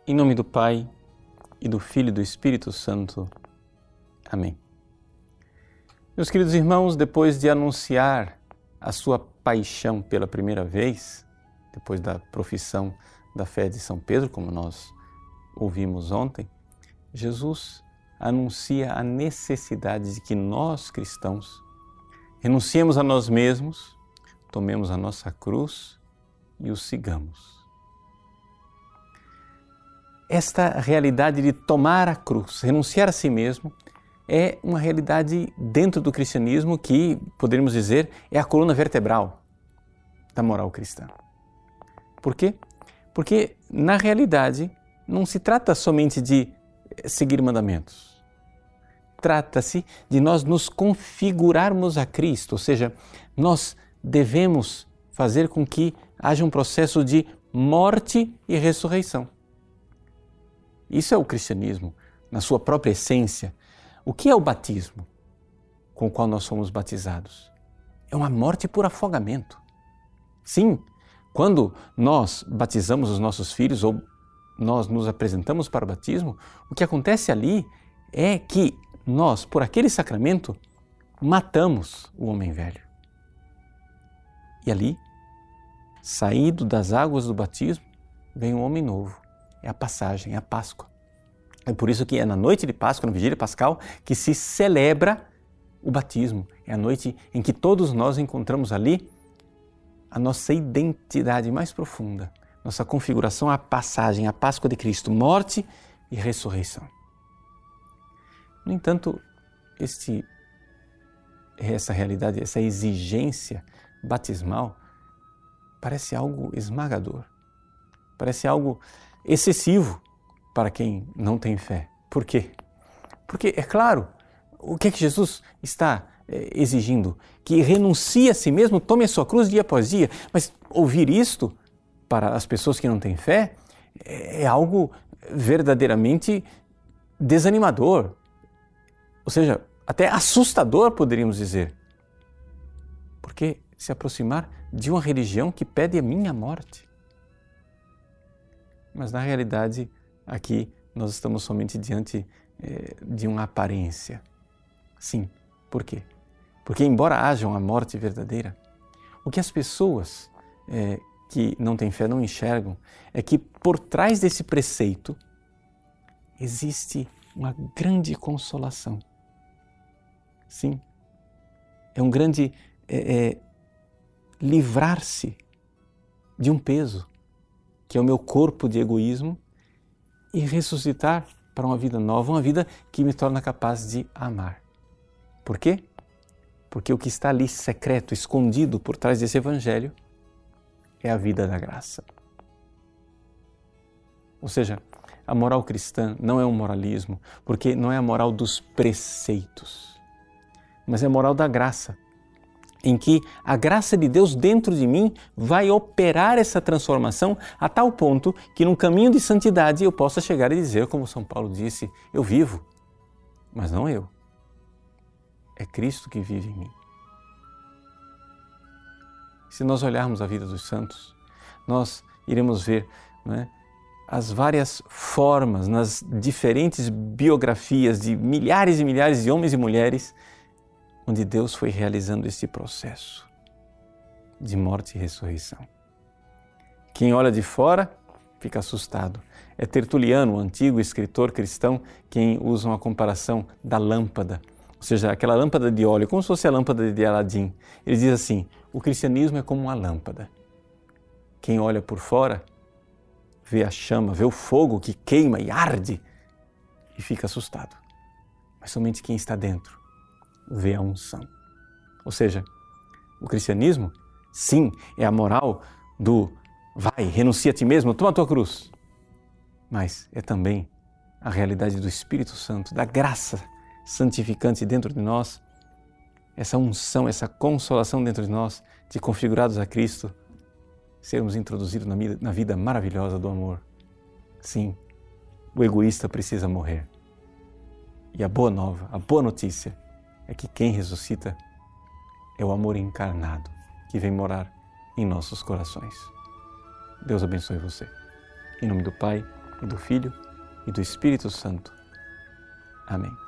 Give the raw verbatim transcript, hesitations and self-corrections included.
Em nome do Pai, e do Filho e do Espírito Santo. Amém. Meus queridos irmãos, depois de anunciar a sua paixão pela primeira vez, depois da profissão da fé de São Pedro, como nós ouvimos ontem, Jesus anuncia a necessidade de que nós, cristãos, renunciemos a nós mesmos, tomemos a nossa cruz e o sigamos. Esta realidade de tomar a cruz, renunciar a si mesmo, é uma realidade dentro do cristianismo que, poderíamos dizer, é a coluna vertebral da moral cristã. Por quê? Porque, na realidade, não se trata somente de seguir mandamentos. Trata-se de nós nos configurarmos a Cristo, ou seja, nós devemos fazer com que haja um processo de morte e ressurreição. Isso é o cristianismo, na sua própria essência. O que é o batismo com o qual nós somos batizados? É uma morte por afogamento. Sim, quando nós batizamos os nossos filhos ou nós nos apresentamos para o batismo, o que acontece ali é que nós, por aquele sacramento, matamos o homem velho. E ali, saído das águas do batismo, vem um homem novo. É a passagem, é a Páscoa. É por isso que é na noite de Páscoa, na vigília pascal, que se celebra o batismo. É a noite em que todos nós encontramos ali a nossa identidade mais profunda, nossa configuração, a passagem, a Páscoa de Cristo, morte e ressurreição. No entanto, este, essa realidade, essa exigência batismal parece algo esmagador, parece algo excessivo para quem não tem fé. Por quê? Porque, é claro, o que é que Jesus está é, exigindo? Que renuncie a si mesmo, tome a sua cruz dia após dia. Mas ouvir isto para as pessoas que não têm fé é, é algo verdadeiramente desanimador. Ou seja, até assustador, poderíamos dizer. Porque se aproximar de uma religião que pede a minha morte. Mas na realidade, aqui nós estamos somente diante eh, de uma aparência. Sim, por quê? Porque embora haja uma morte verdadeira, o que as pessoas eh, que não têm fé não enxergam é que por trás desse preceito existe uma grande consolação. Sim, é um grande é, é, livrar-se de um peso, que é o meu corpo de egoísmo, e ressuscitar para uma vida nova, uma vida que me torna capaz de amar. Por quê? Porque o que está ali secreto, escondido por trás desse evangelho, é a vida da graça. Ou seja, a moral cristã não é um moralismo, porque não é a moral dos preceitos, mas é a moral da graça, em que a graça de Deus dentro de mim vai operar essa transformação a tal ponto que num caminho de santidade eu possa chegar e dizer, como São Paulo disse, eu vivo, mas não eu. É Cristo que vive em mim. Se nós olharmos a vida dos santos, nós iremos ver, não é, as várias formas nas diferentes biografias de milhares e milhares de homens e mulheres onde Deus foi realizando esse processo de morte e ressurreição. Quem olha de fora fica assustado. É Tertuliano, o antigo escritor cristão, quem usa uma comparação da lâmpada, ou seja, aquela lâmpada de óleo, como se fosse a lâmpada de Aladim. Ele diz assim, o cristianismo é como uma lâmpada. Quem olha por fora vê a chama, vê o fogo que queima e arde e fica assustado. Mas somente quem está dentro vê a unção. Ou seja, o cristianismo, sim, é a moral do vai, renuncia a ti mesmo, toma a tua cruz. Mas é também a realidade do Espírito Santo, da graça santificante dentro de nós, essa unção, essa consolação dentro de nós, de configurados a Cristo, sermos introduzidos na vida, na vida maravilhosa do amor. Sim, o egoísta precisa morrer. E a boa nova, a boa notícia, é que quem ressuscita é o amor encarnado que vem morar em nossos corações. Deus abençoe você. Em nome do Pai, e do Filho, e do Espírito Santo. Amém.